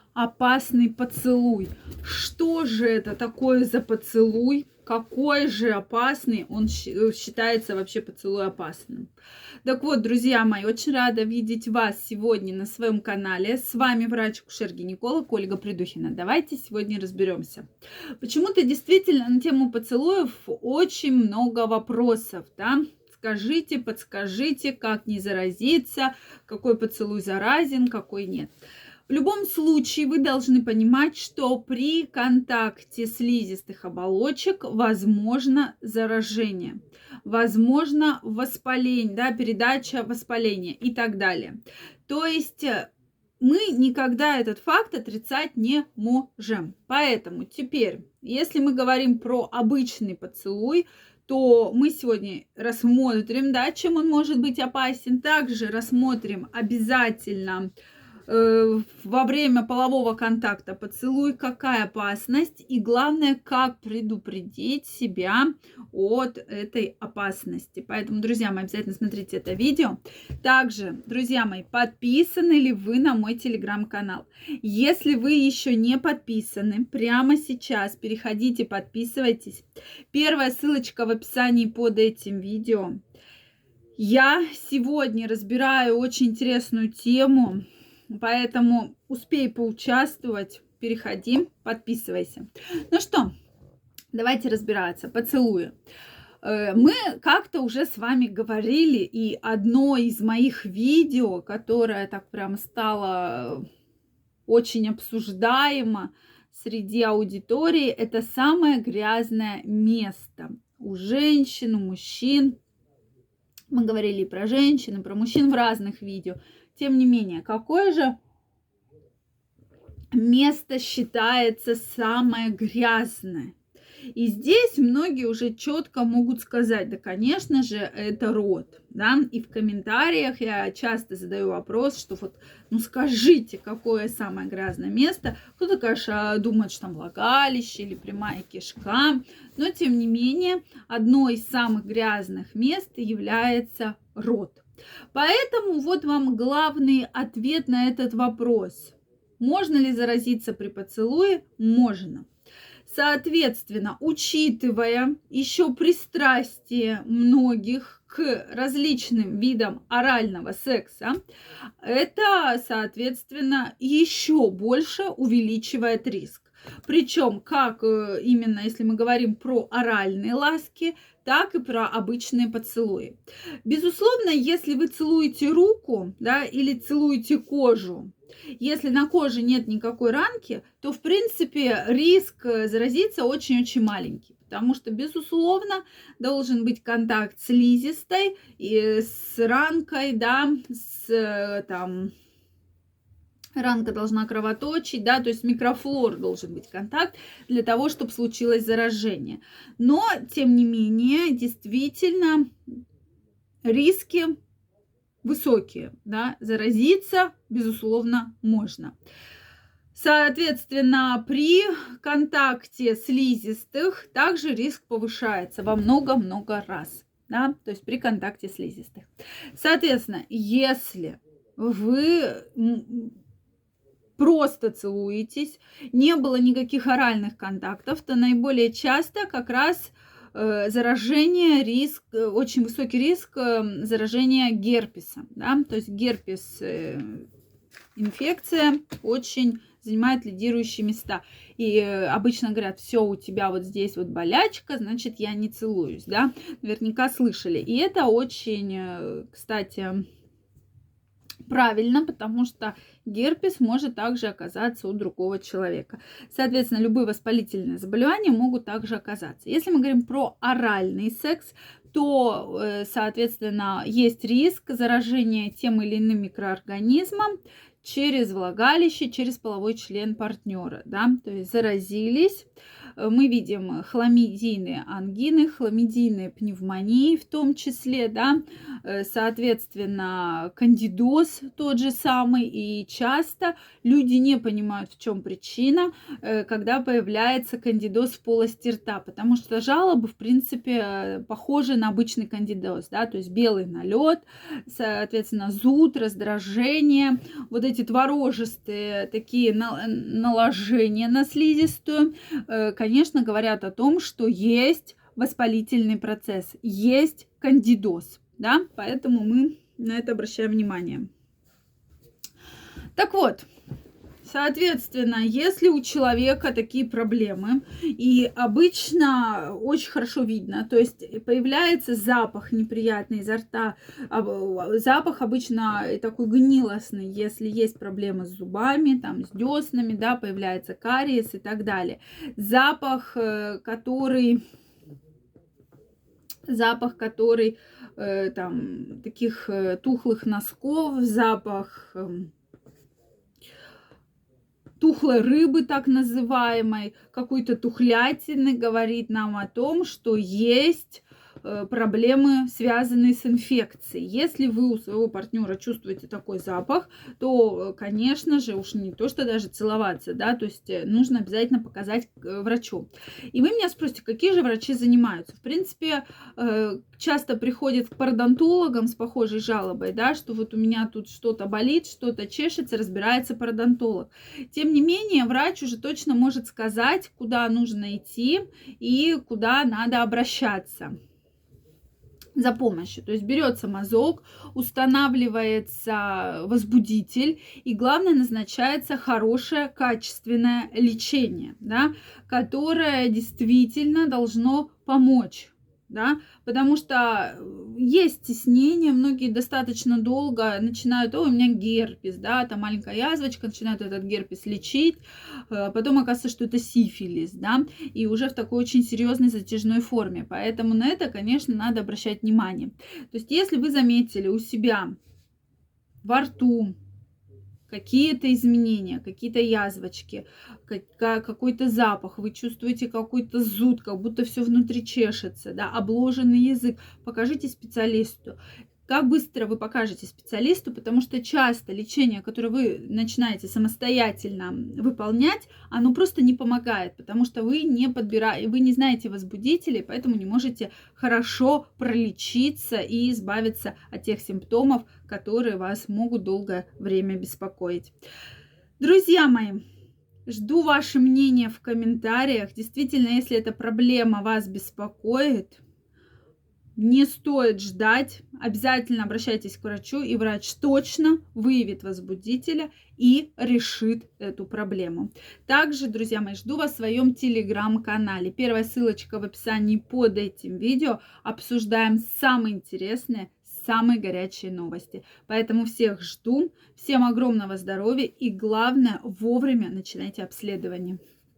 Опасный поцелуй. Что же это такое за поцелуй? Какой же опасный он считается вообще поцелуй опасным? Так вот, друзья мои, очень рада видеть вас сегодня на своем канале. С вами врач-акушер-гинеколог Ольга Придухина. Давайте сегодня разберемся. Почему-то действительно на тему поцелуев очень много вопросов, да? Скажите, подскажите, как не заразиться, какой поцелуй заразен, какой нет. В любом случае вы должны понимать, что при контакте слизистых оболочек возможно заражение, возможно воспаление, да, передача воспаления и так далее. То есть мы никогда этот факт отрицать не можем. Поэтому теперь, если мы говорим про обычный поцелуй, то мы сегодня рассмотрим, да, чем он может быть опасен. Также рассмотрим обязательно во время полового контакта поцелуй, какая опасность и главное, как предупредить себя от этой опасности. Поэтому, друзья мои, обязательно смотрите это видео. Также, друзья мои, подписаны ли вы на мой телеграм-канал? Если вы еще не подписаны, прямо сейчас переходите, подписывайтесь. Первая ссылочка в описании под этим видео. Я сегодня разбираю очень интересную тему. Поэтому успей поучаствовать, переходи, подписывайся. Ну что, давайте разбираться. Поцелуи. Мы как-то уже с вами говорили, и одно из моих видео, которое так прям стало очень обсуждаемо среди аудитории, это самое грязное место у женщин, у мужчин. Мы говорили и про женщин, и про мужчин в разных видео. Тем не менее, какое же место считается самое грязное? И здесь многие уже четко могут сказать, да, конечно же, это рот, да, и в комментариях я часто задаю вопрос, что вот, ну скажите, какое самое грязное место? Кто-то, конечно, думает, что там влагалище или прямая кишка, но тем не менее, одно из самых грязных мест является рот. Поэтому вот вам главный ответ на этот вопрос. Можно ли заразиться при поцелуе? Можно. Соответственно, учитывая еще пристрастие многих к различным видам орального секса, это, соответственно, еще больше увеличивает риск. Причем, как именно, если мы говорим про оральные ласки, так и про обычные поцелуи. Безусловно, если вы целуете руку, да, или целуете кожу, если на коже нет никакой ранки, то, в принципе, риск заразиться очень-очень маленький. Потому что, безусловно, должен быть контакт слизистой и с ранкой, да, ранка должна кровоточить, да, то есть микрофлор должен быть контакт для того, чтобы случилось заражение. Но, тем не менее, действительно, риски высокие, да, заразиться, безусловно, можно. Соответственно, при контакте слизистых также риск повышается во много-много раз, да, то есть при контакте слизистых. Соответственно, если вы просто целуетесь, не было никаких оральных контактов, то наиболее часто как раз заражение, риск, очень высокий риск заражения герпесом, да, то есть герпес, инфекция очень занимает лидирующие места. И обычно говорят, все, у тебя вот здесь вот болячка, значит, я не целуюсь, да, наверняка слышали. И это очень, кстати, правильно, потому что герпес может также оказаться у другого человека. Соответственно, любые воспалительные заболевания могут также оказаться. Если мы говорим про оральный секс, то, соответственно, есть риск заражения тем или иным микроорганизмом через влагалище, через половой член партнера, да, то есть заразились. Мы видим хламидийные ангины, хламидийные пневмонии в том числе, да, соответственно, кандидоз тот же самый. И часто люди не понимают, в чем причина, когда появляется кандидоз в полости рта, потому что жалобы, в принципе, похожи на обычный кандидоз, да, то есть белый налет, соответственно, зуд, раздражение, вот эти эти творожистые такие наложения на слизистую, конечно, говорят о том, что есть воспалительный процесс, есть кандидоз, да, поэтому мы на это обращаем внимание. Так вот, соответственно, если у человека такие проблемы, и обычно очень хорошо видно, то есть появляется запах неприятный изо рта, запах обычно такой гнилостный, если есть проблемы с зубами, там, с деснами, да, появляется кариес и так далее. Запах, который там, таких тухлых носков, запах тухлой рыбы, так называемой, какой-то тухлятины, говорит нам о том, что есть проблемы, связанные с инфекцией. Если вы у своего партнера чувствуете такой запах, то, конечно же, уж не то, что даже целоваться, да, то есть нужно обязательно показать врачу. И вы меня спросите, какие же врачи занимаются? В принципе, часто приходят к пародонтологам с похожей жалобой, да, что вот у меня тут что-то болит, что-то чешется, разбирается пародонтолог. Тем не менее, врач уже точно может сказать, куда нужно идти и куда надо обращаться за помощью. То есть берется мазок, устанавливается возбудитель, и главное, назначается хорошее качественное лечение, да, которое действительно должно помочь. Да, потому что есть стеснение, многие достаточно долго начинают, у меня герпес, да, там маленькая язвочка, начинают этот герпес лечить, потом оказывается, что это сифилис, да, и уже в такой очень серьезной затяжной форме, поэтому на это, конечно, надо обращать внимание. То есть, если вы заметили у себя во рту какие-то изменения, какие-то язвочки, какой-то запах, вы чувствуете какой-то зуд, как будто все внутри чешется, да, обложенный язык, покажите специалисту. Как быстро вы покажете специалисту, потому что часто лечение, которое вы начинаете самостоятельно выполнять, оно просто не помогает, потому что вы не знаете возбудителей, поэтому не можете хорошо пролечиться и избавиться от тех симптомов, которые вас могут долгое время беспокоить. Друзья мои, жду ваше мнение в комментариях. Действительно, если эта проблема вас беспокоит, не стоит ждать, обязательно обращайтесь к врачу, и врач точно выявит возбудителя и решит эту проблему. Также, друзья мои, жду вас в своем телеграм-канале. Первая ссылочка в описании под этим видео. Обсуждаем самые интересные, самые горячие новости. Поэтому всех жду, всем огромного здоровья и главное, вовремя начинайте обследование.